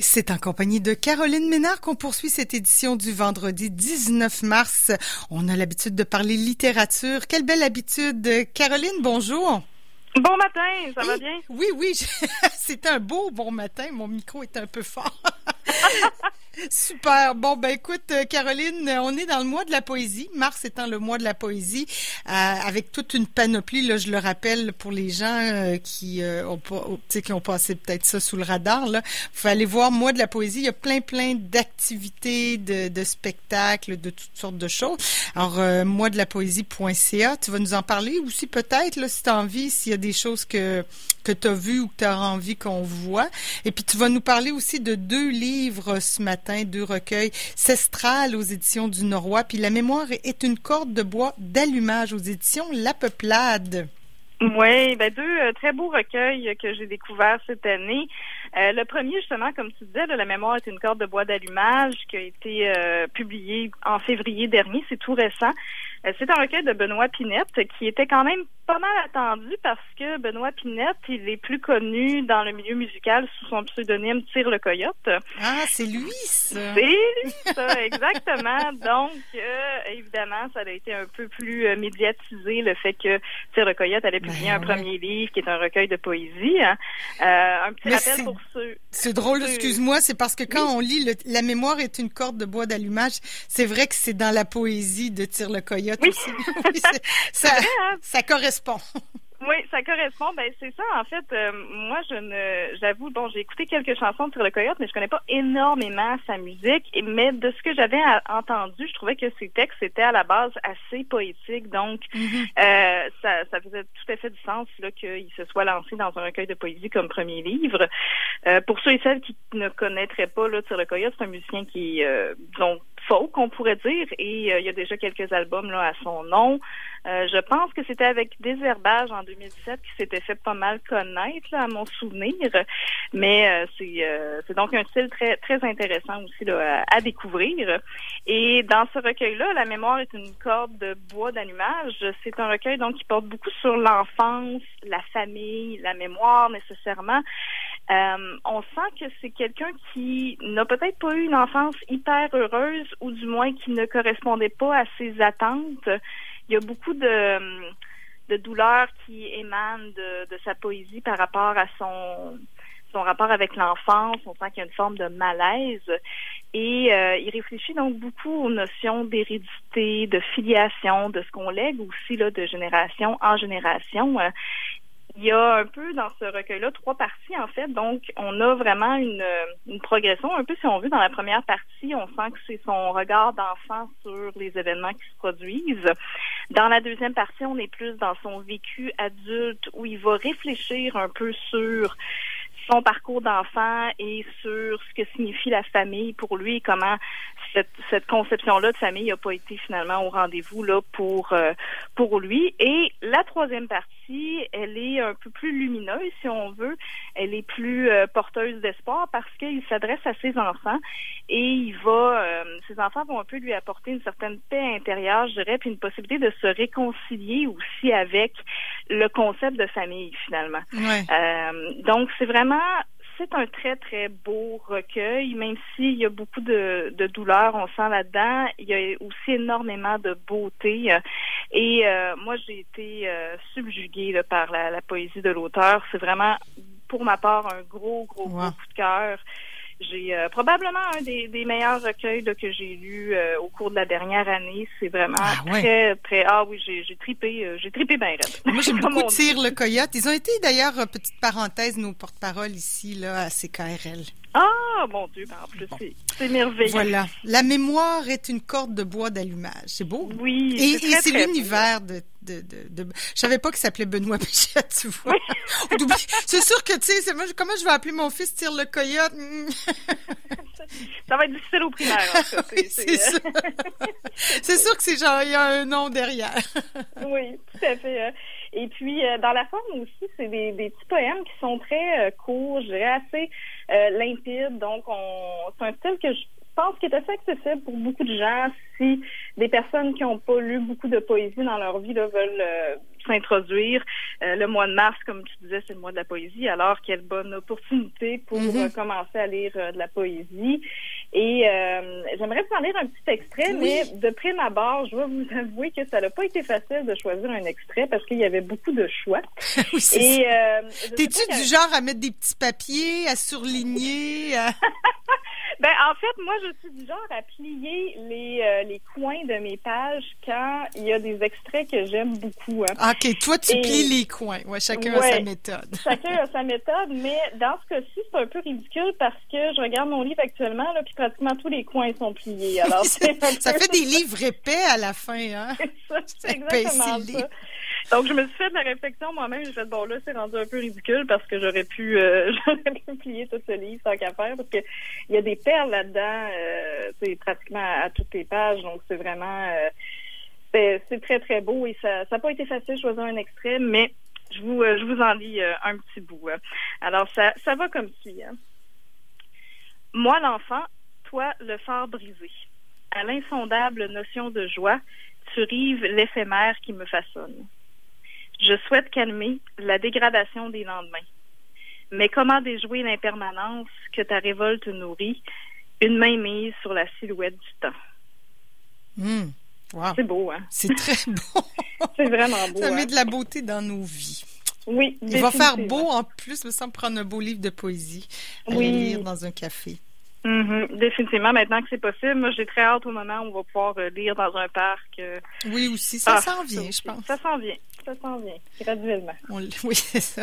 C'est en compagnie de Caroline Ménard qu'on poursuit cette édition du vendredi 19 mars. On a l'habitude de parler littérature. Quelle belle habitude. Caroline, bonjour. Bon matin, ça va bien? Oui, c'est un beau bon matin. Mon micro est un peu fort. Super. Bon, écoute, Caroline, on est dans le mois de la poésie. Mars étant le mois de la poésie, avec toute une panoplie, là, je le rappelle pour les gens qui ont passé peut-être ça sous le radar, là. Vous pouvez aller voir Mois de la poésie. Il y a plein d'activités, de spectacles, de toutes sortes de choses. Alors, moisdelapoésie.ca, tu vas nous en parler aussi peut-être, là, si tu as envie, s'il y a des choses que tu as vues ou que tu as envie qu'on voit. Et puis, tu vas nous parler aussi de 2 livres ce matin, 2 recueils. Cestral aux éditions du Norrois, puis La mémoire est une corde de bois d'allumage aux éditions La Peuplade. Oui, 2 très beaux recueils que j'ai découverts cette année. Le premier, justement, comme tu disais, La mémoire est une corde de bois d'allumage qui a été publié en février dernier. C'est tout récent. C'est un recueil de Benoît Pinette qui était quand même pas mal attendu parce que Benoît Pinette, il est plus connu dans le milieu musical sous son pseudonyme Tire le Coyote. Ah, c'est lui, ça! C'est lui, ça, exactement. Donc, évidemment, ça a été un peu plus médiatisé, le fait que Tire le Coyote allait publier un premier livre qui est un recueil de poésie. Un petit rappel pour ceux... C'est drôle, excuse-moi, c'est parce que quand on lit La mémoire est une corde de bois d'allumage, c'est vrai que c'est dans la poésie de Tire le Coyote aussi. Oui, ça correspond. Oui, ça correspond. C'est ça, en fait. Moi, j'avoue, j'ai écouté quelques chansons de Tire le Coyote, mais je connais pas énormément sa musique. Mais de ce que j'avais entendu, je trouvais que ses textes étaient à la base assez poétiques. Donc, ça faisait tout à fait du sens là qu'il se soit lancé dans un recueil de poésie comme premier livre. Pour ceux et celles qui ne connaîtraient pas là, Tire le Coyote, c'est un musicien qui disons, folk, on pourrait dire, et il y a déjà quelques albums là à son nom. Je pense que c'était avec Désherbage en 2017 qui s'était fait pas mal connaître là, à mon souvenir, mais c'est donc un style très très intéressant aussi là, à découvrir. Et dans ce recueil-là, La mémoire est une corde de bois d'allumage. C'est un recueil donc qui porte beaucoup sur l'enfance, la famille, la mémoire nécessairement. On sent que c'est quelqu'un qui n'a peut-être pas eu une enfance hyper heureuse ou du moins qui ne correspondait pas à ses attentes. Il y a beaucoup de douleurs qui émanent de sa poésie par rapport à son rapport avec l'enfance. On sent qu'il y a une forme de malaise. Et il réfléchit donc beaucoup aux notions d'hérédité, de filiation, de ce qu'on lègue aussi là, de génération en génération. Il y a un peu dans ce recueil-là 3 parties, en fait. Donc, on a vraiment une progression. Un peu, si on veut, dans la première partie, on sent que c'est son regard d'enfant sur les événements qui se produisent. Dans la deuxième partie, on est plus dans son vécu adulte où il va réfléchir un peu sur son parcours d'enfant et sur ce que signifie la famille pour lui, comment cette conception-là de famille n'a pas été finalement au rendez-vous là pour lui. Et la troisième partie, elle est un peu plus lumineuse, si on veut. Elle est plus porteuse d'espoir parce qu'il s'adresse à ses enfants et ses enfants vont un peu lui apporter une certaine paix intérieure, je dirais, puis une possibilité de se réconcilier aussi avec le concept de famille, finalement. Ouais. Donc, c'est un très, très beau recueil, même s'il y a beaucoup de douleur, on sent là-dedans. Il y a aussi énormément de beauté. Et moi, j'ai été subjuguée là, par la poésie de l'auteur. C'est vraiment, pour ma part, un gros coup de cœur. J'ai probablement un des meilleurs recueils là, que j'ai lus au cours de la dernière année. C'est vraiment très, très... Ah oui, j'ai tripé bien raide. Moi, j'aime beaucoup Tire le Coyote. Ils ont été d'ailleurs, petite parenthèse, nos porte-paroles ici là à CKRL. Ah, mon Dieu, en plus, c'est merveilleux. Voilà. La mémoire est une corde de bois d'allumage. C'est beau. Oui, et c'est l'univers de... Je savais pas qu'il s'appelait Benoît Péchette, tu vois. Oui. C'est sûr que, tu sais, comment je vais appeler mon fils Tire le Coyote? Ça va être difficile au primaire, en tout cas. C'est ça. C'est sûr que c'est genre, il y a un nom derrière. Oui, tout à fait. Et puis, dans la forme aussi, c'est des petits poèmes qui sont très courts, je dirais assez limpides. Donc, c'est un style que je pense qu'il est assez accessible pour beaucoup de gens. Si des personnes qui n'ont pas lu beaucoup de poésie dans leur vie là, veulent s'introduire. Le mois de mars, comme tu disais, c'est le mois de la poésie, alors quelle bonne opportunité pour commencer à lire de la poésie. Et j'aimerais vous en lire un petit extrait, mais de prime abord, je dois vous avouer que ça n'a pas été facile de choisir un extrait parce qu'il y avait beaucoup de choix. Oui, c'est ça. T'es-tu du genre à mettre des petits papiers, à surligner? Ben, en fait, moi, je suis du genre à plier les coins de mes pages quand il y a des extraits que j'aime beaucoup. Hein. OK, toi, tu plies les coins. Ouais, chacun a sa méthode. Chacun a sa méthode, mais dans ce cas-ci, c'est un peu ridicule parce que je regarde mon livre actuellement, là, puis pratiquement tous les coins sont pliés. Alors, ça fait des livres épais à la fin, hein? C'est exactement ça. Donc, je me suis fait de la réflexion moi-même. J'ai fait, bon, là, c'est rendu un peu ridicule parce que j'aurais pu plier tout ce livre tant qu'à faire parce que il y a des perles là-dedans, c'est pratiquement à toutes les pages. Donc, c'est vraiment, c'est très, très beau et ça n'a pas été facile de choisir un extrait, mais je vous en lis un petit bout. Hein. Alors, ça va comme suit. Hein. Moi, l'enfant, toi, le phare brisé. À l'insondable notion de joie, tu rives l'éphémère qui me façonne. Je souhaite calmer la dégradation des lendemains. Mais comment déjouer l'impermanence que ta révolte nourrit, une main mise sur la silhouette du temps? Wow. C'est beau, hein? C'est très beau. C'est vraiment beau. Ça met de la beauté dans nos vies. Oui, il va faire beau en plus, me semble, prendre un beau livre de poésie à lire dans un café. Définitivement, maintenant que c'est possible. Moi, j'ai très hâte au moment où on va pouvoir lire dans un parc. Oui, aussi. Ça s'en vient, je pense. Ça s'en vient, graduellement. Oui, c'est ça.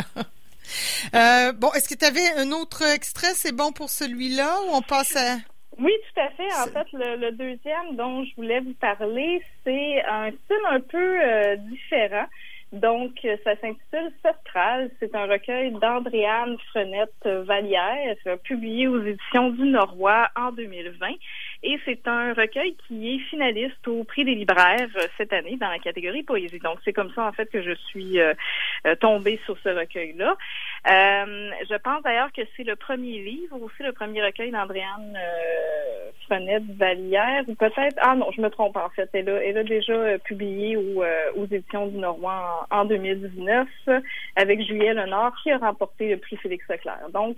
Bon, est-ce que tu avais un autre extrait? C'est bon pour celui-là ou on passe à... Oui, tout à fait. En fait, le deuxième dont je voulais vous parler, c'est un style un peu différent. Donc, ça s'intitule Cestrale. C'est un recueil d'Andréane Frenette-Vallière, publié aux éditions du Norrois en 2020. Et c'est un recueil qui est finaliste au Prix des libraires cette année dans la catégorie poésie. Donc, c'est comme ça, en fait, que je suis tombée sur ce recueil-là. Je pense d'ailleurs que c'est le premier livre, aussi le premier recueil d'Andréane Frenette-Vallière, ou peut-être... Ah non, je me trompe, en fait. Elle a déjà publié aux éditions du Norrois en 2019 avec Juliette Lenard, qui a remporté le prix Félix Leclerc. Donc,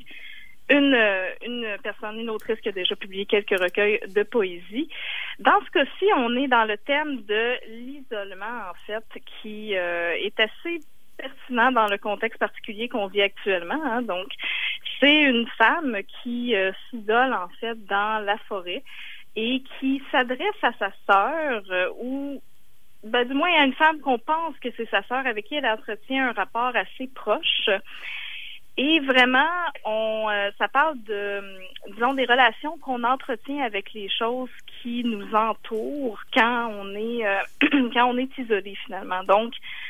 une autrice qui a déjà publié quelques recueils de poésie. Dans ce cas-ci, on est dans le thème de l'isolement, en fait, qui est assez pertinent dans le contexte particulier qu'on vit actuellement. Hein. Donc, c'est une femme qui s'isole, en fait, dans la forêt et qui s'adresse à sa sœur ou du moins à une femme qu'on pense que c'est sa sœur avec qui elle entretient un rapport assez proche. Et vraiment, ça parle disons, des relations qu'on entretient avec les choses qui nous entourent quand on est isolé finalement. Donc,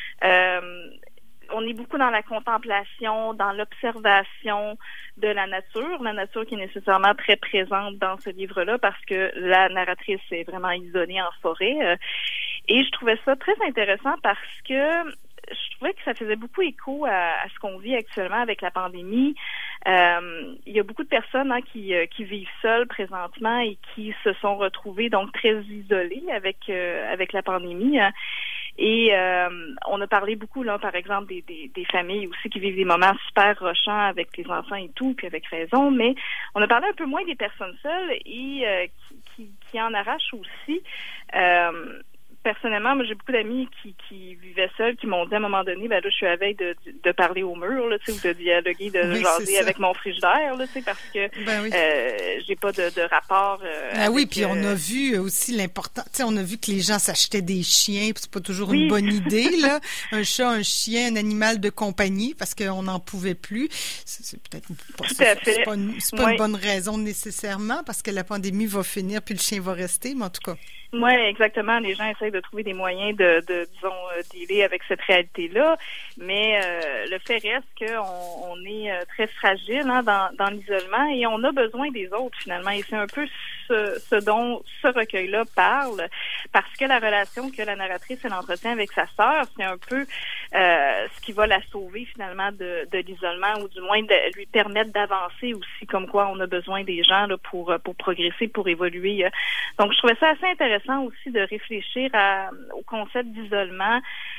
on est beaucoup dans la contemplation, dans l'observation de la nature qui est nécessairement très présente dans ce livre-là parce que la narratrice est vraiment isolée en forêt. Et je trouvais ça très intéressant parce que je trouvais que ça faisait beaucoup écho à ce qu'on vit actuellement avec la pandémie. Il y a beaucoup de personnes qui vivent seules présentement et qui se sont retrouvées donc très isolées avec la pandémie. Et on a parlé beaucoup là, par exemple, des familles aussi qui vivent des moments super rochants avec les enfants et tout, puis avec raison. Mais on a parlé un peu moins des personnes seules et qui en arrachent aussi. Personnellement, moi, j'ai beaucoup d'amis qui vivaient seuls, qui m'ont dit à un moment donné, là, je suis à veille de parler au mur, là, tu sais, ou de dialoguer, de jaser avec mon frigidaire, là, tu sais, parce que j'ai pas de rapport. Oui, puis on a vu aussi l'important, tu sais, on a vu que les gens s'achetaient des chiens, puis c'est pas toujours une bonne idée, là. Un chat, un chien, un animal de compagnie, parce qu'on n'en pouvait plus. C'est peut-être pas ça. C'est pas une bonne raison nécessairement, parce que la pandémie va finir, puis le chien va rester, mais en tout cas. Oui, exactement. Les gens essayent de trouver des moyens de disons, dealer avec cette réalité-là. Mais le fait reste qu'on est très fragile dans l'isolement et on a besoin des autres, finalement. Et c'est un peu ce dont ce recueil-là parle, parce que la relation que la narratrice elle entretient avec sa sœur, c'est un peu ce qui va la sauver, finalement, de l'isolement, ou du moins de lui permettre d'avancer aussi, comme quoi on a besoin des gens là, pour progresser, pour évoluer. Donc, je trouvais ça assez intéressant aussi de réfléchir au concept d'isolement,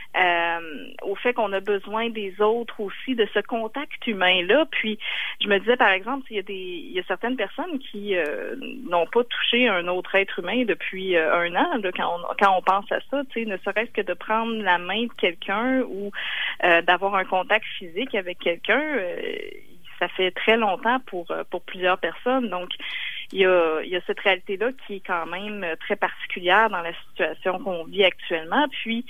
au fait qu'on a besoin des autres aussi, de ce contact humain-là. Puis, je me disais, par exemple, il y a certaines personnes qui n'ont pas touché un autre être humain depuis un an, là, quand on pense à ça, tu sais, ne serait-ce que de prendre la main de quelqu'un ou d'avoir un contact physique avec quelqu'un, ça fait très longtemps pour plusieurs personnes. Donc, il y a cette réalité-là qui est quand même très particulière dans la situation qu'on vit actuellement. Puis,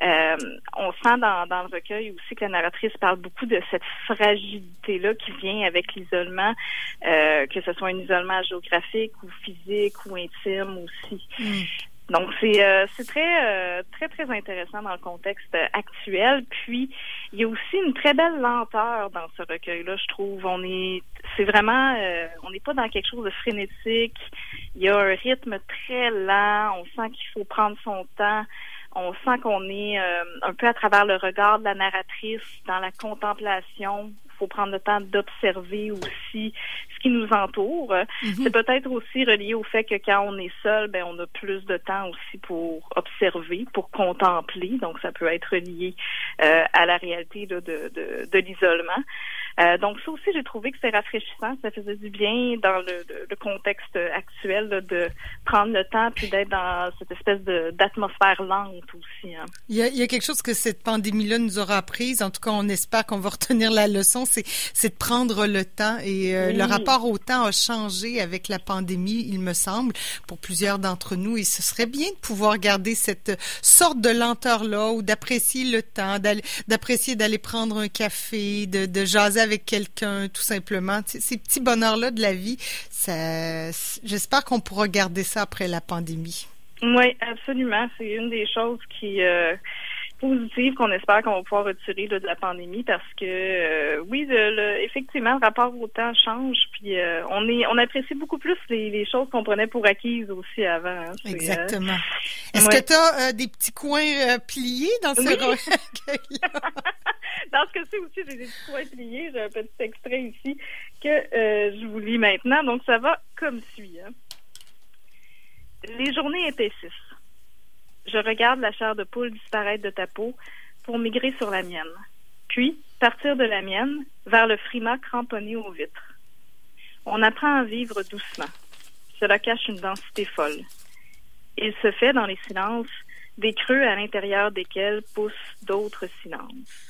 on sent dans le recueil aussi que la narratrice parle beaucoup de cette fragilité-là qui vient avec l'isolement, que ce soit un isolement géographique ou physique ou intime aussi. Donc, c'est très, très, très intéressant dans le contexte actuel. Puis, il y a aussi une très belle lenteur dans ce recueil-là, je trouve. C'est vraiment, on n'est pas dans quelque chose de frénétique. Il y a un rythme très lent. On sent qu'il faut prendre son temps. On sent qu'on est un peu à travers le regard de la narratrice, dans la contemplation. Il faut prendre le temps d'observer aussi ce qui nous entoure. C'est peut-être aussi relié au fait que quand on est seul, ben on a plus de temps aussi pour observer, pour contempler. Donc, ça peut être lié à la réalité là, de l'isolement. Donc, ça aussi, j'ai trouvé que c'était rafraîchissant. Ça faisait du bien dans le contexte actuel là, de prendre le temps puis d'être dans cette espèce d'atmosphère lente aussi. Hein. Il y a quelque chose que cette pandémie-là nous aura apprise. En tout cas, on espère qu'on va retenir la leçon. C'est de prendre le temps. Et le rapport au temps a changé avec la pandémie, il me semble, pour plusieurs d'entre nous. Et ce serait bien de pouvoir garder cette sorte de lenteur-là ou d'apprécier le temps, d'apprécier d'aller prendre un café, de jaser avec quelqu'un, tout simplement. Ces petits bonheurs-là de la vie, j'espère qu'on pourra garder ça après la pandémie. Oui, absolument. C'est une des choses qui positives qu'on espère qu'on va pouvoir retirer là, de la pandémie parce que oui, effectivement, le rapport au temps change. Puis on apprécie beaucoup plus les choses qu'on prenait pour acquises aussi avant. Hein. Exactement. Est-ce que tu as des petits coins pliés dans ce recueil-là? Dans ce cas-ci aussi, j'ai des petits coins pliés. J'ai un petit extrait ici que je vous lis maintenant. Donc, ça va comme suit. Hein. Les journées épaississent. Je regarde la chair de poule disparaître de ta peau pour migrer sur la mienne. Puis, partir de la mienne vers le frima cramponné aux vitres. On apprend à vivre doucement. Cela cache une densité folle. Il se fait dans les silences des creux à l'intérieur desquels poussent d'autres silences.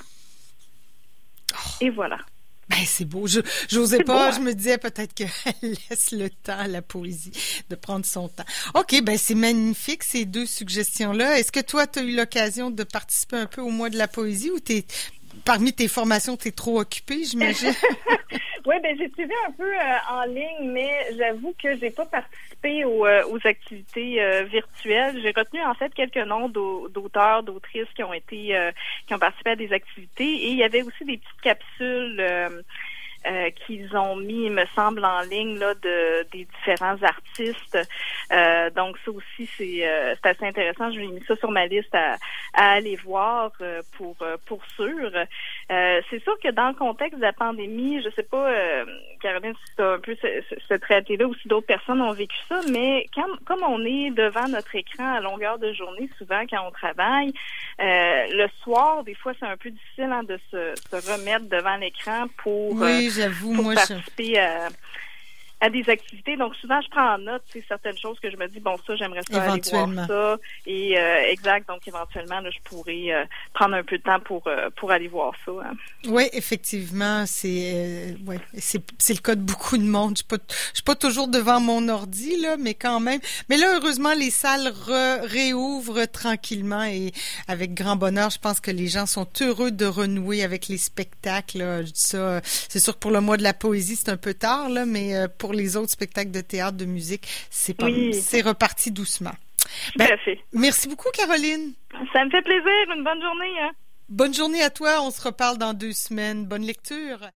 Et voilà. Ben, c'est beau. J'osais pas. Beau, hein? Je me disais peut-être qu'elle laisse le temps à la poésie de prendre son temps. OK, ben c'est magnifique, ces deux suggestions-là. Est-ce que toi, tu as eu l'occasion de participer un peu au mois de la poésie ou parmi tes formations, tu es trop occupée, j'imagine? Oui, ben j'ai suivi un peu en ligne, mais j'avoue que j'ai pas participé aux activités virtuelles. J'ai retenu en fait quelques noms d'auteurs, d'autrices qui ont participé à des activités, et il y avait aussi des petites capsules qu'ils ont mis, il me semble, en ligne là des différents artistes. Donc ça aussi c'est assez intéressant. Je lui ai mis ça sur ma liste à aller voir pour sûr. C'est sûr que dans le contexte de la pandémie, je sais pas, Caroline, si tu as un peu cette réalité-là ou si d'autres personnes ont vécu ça, mais comme on est devant notre écran à longueur de journée, souvent quand on travaille, le soir, des fois c'est un peu difficile hein, de se remettre devant l'écran pour j'avoue, pour participer à des activités. Donc, souvent, je prends en note certaines choses que je me dis, bon, ça, j'aimerais ça aller voir ça. Et exact, donc éventuellement, là, je pourrais prendre un peu de temps pour aller voir ça. Hein. Oui, effectivement, c'est le cas de beaucoup de monde. Je suis pas toujours devant mon ordi, là, mais quand même. Mais là, heureusement, les salles réouvrent tranquillement et avec grand bonheur. Je pense que les gens sont heureux de renouer avec les spectacles. Là. Je dis ça, c'est sûr que pour le mois de la poésie, c'est un peu tard, là, mais pour les autres spectacles de théâtre, de musique, c'est reparti doucement. Tout à fait. Merci beaucoup, Caroline. Ça me fait plaisir. Une bonne journée. Hein? Bonne journée à toi. On se reparle dans 2 semaines. Bonne lecture.